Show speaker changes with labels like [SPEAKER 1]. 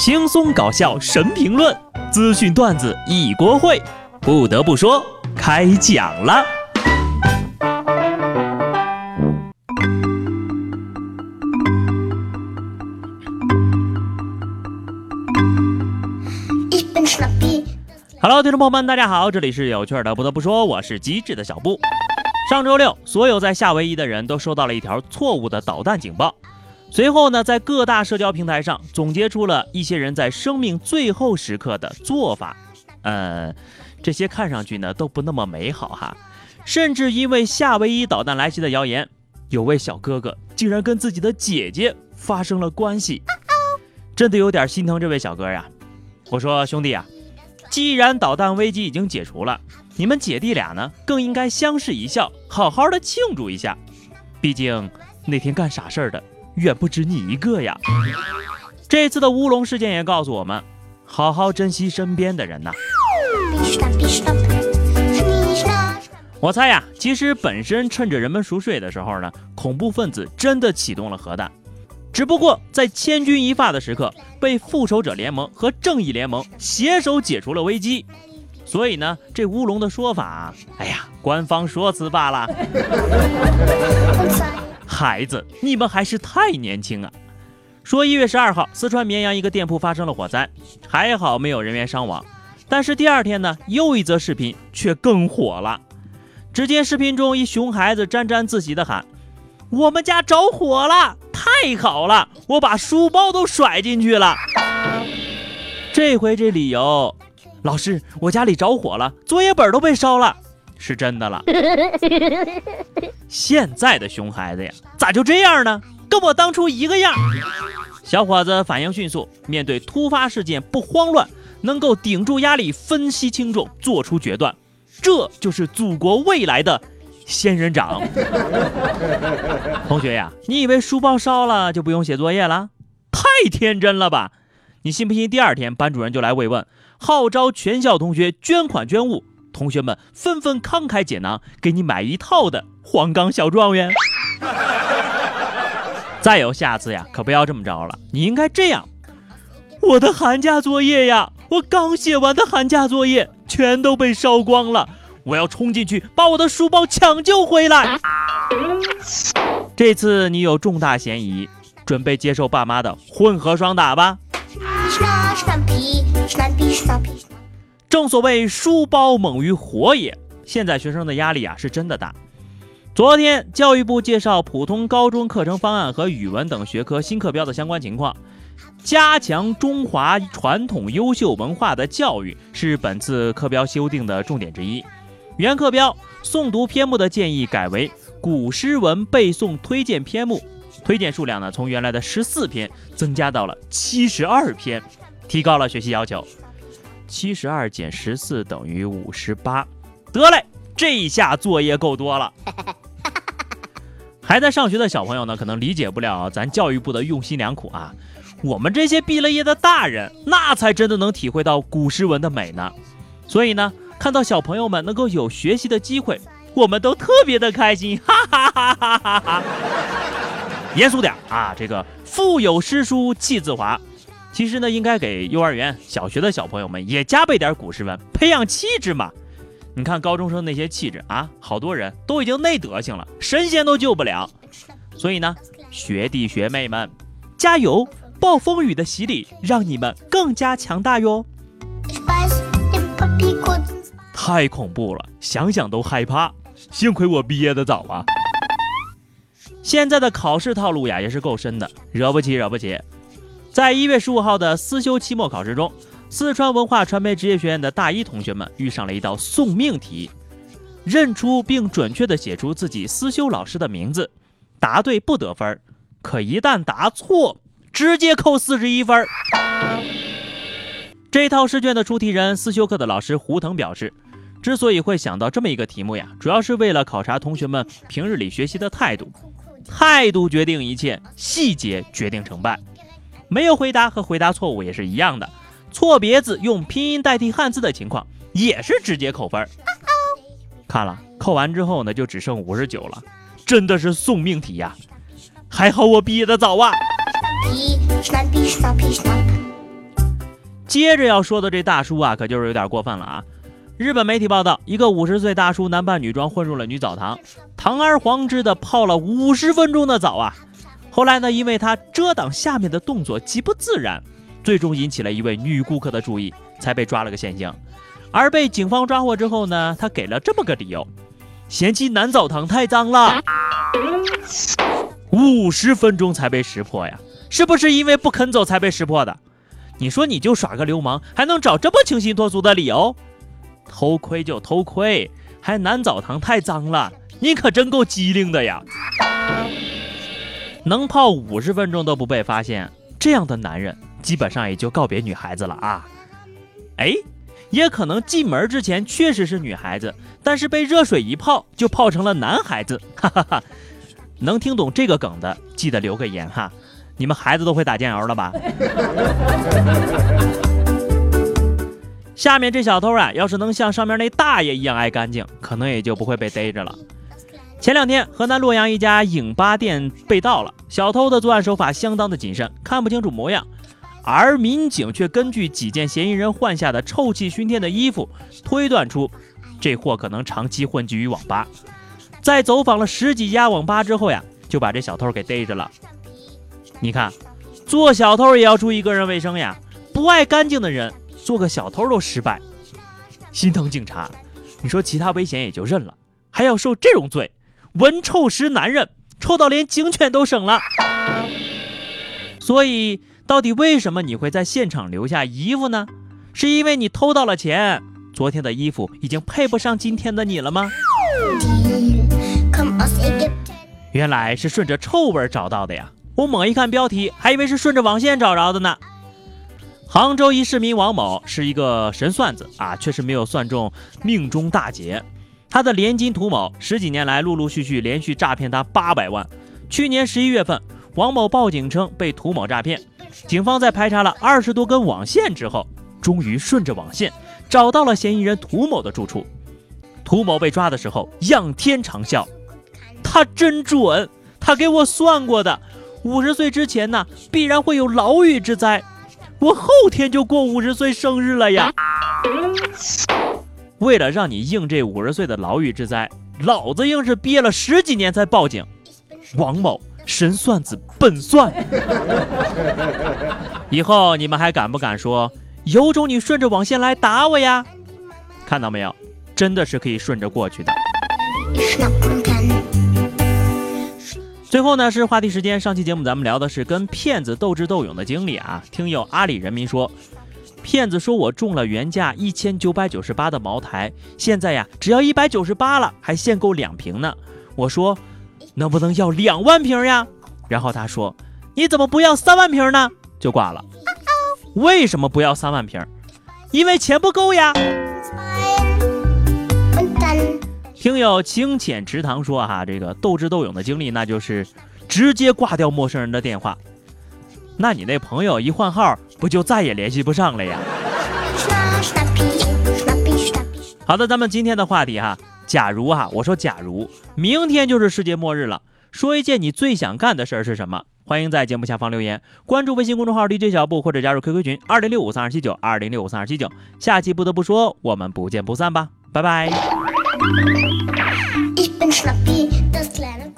[SPEAKER 1] 轻松搞笑神评论，资讯段子一锅烩。不得不说，开讲了。Hello， 听众朋友们，大家好，这里是有趣的。不得不说，我是机智的小布。上周六，所有在夏威夷的人都收到了一条错误的导弹警报。随后呢，在各大社交平台上总结出了一些人在生命最后时刻的做法。这些看上去呢都不那么美好哈。甚至因为夏威夷导弹来袭的谣言，有位小哥哥竟然跟自己的姐姐发生了关系，真的有点心疼这位小哥呀。我说兄弟啊，既然导弹危机已经解除了，你们姐弟俩呢更应该相视一笑，好好的庆祝一下。毕竟那天干傻事的远不止你一个呀。这次的乌龙事件也告诉我们，好好珍惜身边的人呐。我猜呀，其实本身趁着人们熟睡的时候呢，恐怖分子真的启动了核弹，只不过在千钧一发的时刻，被复仇者联盟和正义联盟携手解除了危机。所以呢，这乌龙的说法，官方说辞罢了。孩子，你们还是太年轻啊！说1月12号，四川绵阳一个店铺发生了火灾，还好没有人员伤亡。但是第二天呢，又一则视频却更火了。只见视频中一熊孩子沾沾自喜地喊：“我们家着火了，太好了，我把书包都甩进去了。”这回这理由，老师，我家里着火了，作业本都被烧了，是真的了。现在的熊孩子呀，咋就这样呢？跟我当初一个样。小伙子反应迅速，面对突发事件不慌乱，能够顶住压力，分析轻重，做出决断，这就是祖国未来的仙人掌。同学呀，你以为书包烧了就不用写作业了？太天真了吧！你信不信第二天班主任就来慰问，号召全校同学捐款捐物，同学们纷纷慷慨解囊，给你买一套的黄冈小状元。再有下次呀，可不要这么着了，你应该这样：我的寒假作业呀，我刚写完的寒假作业全都被烧光了，我要冲进去把我的书包抢救回来。这次你有重大嫌疑，准备接受爸妈的混合双打吧。正所谓书包猛于火也，现在学生的压力是真的大。昨天教育部介绍普通高中课程方案和语文等学科新课标的相关情况，加强中华传统优秀文化的教育是本次课标修订的重点之一。原课标诵读篇目的建议改为古诗文背诵推荐篇目，推荐数量呢从原来的14篇增加到了72篇，提高了学习要求。72减14等于58，得嘞，这一下作业够多了。还在上学的小朋友呢，可能理解不了咱教育部的用心良苦啊。我们这些毕了业的大人，那才真的能体会到古诗文的美呢。所以呢，看到小朋友们能够有学习的机会，我们都特别的开心，哈哈哈哈哈哈。严肃点啊，这个腹有诗书气自华。其实呢，应该给幼儿园、小学的小朋友们也加倍点古诗文，培养气质嘛。你看高中生那些气质啊，好多人都已经那德行了，神仙都救不了。所以呢，学弟学妹们，加油！暴风雨的洗礼让你们更加强大哟。太恐怖了，想想都害怕，幸亏我毕业的早啊。现在的考试套路呀也是够深的，惹不起。在1月15号的思修期末考试中，四川文化传媒职业学院的大一同学们遇上了一道送命题，认出并准确地写出自己思修老师的名字，答对不得分，可一旦答错直接扣41分。这套试卷的出题人思修课的老师胡腾表示，之所以会想到这么一个题目呀，主要是为了考察同学们平日里学习的态度，态度决定一切，细节决定成败。没有回答和回答错误也是一样的，错别字用拼音代替汉字的情况也是直接扣分。看了扣完之后呢，就只剩59了，真的是送命题呀！还好我毕业的早啊。 接着要说的这大叔啊，可就是有点过分了啊。日本媒体报道，一个50岁大叔男扮女装混入了女澡堂，堂而皇之的泡了50分钟的澡啊。后来呢，因为他遮挡下面的动作极不自然，最终引起了一位女顾客的注意，才被抓了个现行。而被警方抓获之后呢，他给了这么个理由：嫌弃男澡堂太脏了。50分钟才被识破呀，是不是因为不肯走才被识破的？你说你就耍个流氓，还能找这么清新脱俗的理由？偷窥就偷窥，还男澡堂太脏了，你可真够机灵的呀！能泡50分钟都不被发现，这样的男人基本上也就告别女孩子了啊。也可能进门之前确实是女孩子，但是被热水一泡就泡成了男孩子，哈哈哈。能听懂这个梗的记得留个言哈，你们孩子都会打酱油了吧？下面这小偷啊，要是能像上面那大爷一样爱干净，可能也就不会被逮着了。前2天，河南洛阳一家影吧店被盗了，小偷的作案手法相当的谨慎，看不清楚模样，而民警却根据几件嫌疑人换下的臭气熏天的衣服，推断出这货可能长期混迹于网吧。在走访了10几家网吧之后呀，就把这小偷给逮着了。你看，做小偷也要注意个人卫生呀，不爱干净的人做个小偷都失败，心疼警察。你说其他危险也就认了，还要受这种罪，闻臭识男人，臭到连警犬都省了。所以到底为什么你会在现场留下衣服呢？是因为你偷到了钱，昨天的衣服已经配不上今天的你了吗？原来是顺着臭味找到的呀，我猛一看标题还以为是顺着网线找着的呢。杭州一市民王某是一个神算子啊，确实没有算中命中大劫。他的连金涂某10几年来陆陆续续连续诈骗他800万。去年11月份，王某报警称被涂某诈骗，警方在排查了20多根网线之后，终于顺着网线找到了嫌疑人涂某的住处。涂某被抓的时候仰天长啸，他真准，他给我算过的，50岁之前呢必然会有牢狱之灾，我后天就过50岁生日了呀。为了让你应这50岁的牢狱之灾，老子硬是憋了10几年才报警。王某神算子笨算。以后你们还敢不敢说有种你顺着网线来打我呀？看到没有，真的是可以顺着过去的。最后呢是话题时间，上期节目咱们聊的是跟骗子斗智斗勇的经历啊。听友阿里人民说，骗子说我中了原价1998的茅台，现在呀只要198了，还限购2瓶呢。我说能不能要2万瓶呀？然后他说你怎么不要3万瓶呢？就挂了。为什么不要3万瓶？因为钱不够呀。听友清浅池塘说哈，这个斗智斗勇的经历，那就是直接挂掉陌生人的电话。那你那朋友一换号，不就再也联系不上了呀？好的，咱们今天的话题哈，假如我说假如明天就是世界末日了，说一件你最想干的事儿是什么？欢迎在节目下方留言，关注微信公众号 DJ 小布或者加入 QQ 群20653279 20653279。下期不得不说，我们不见不散吧，拜拜。Ich bin Schnappi, das kleine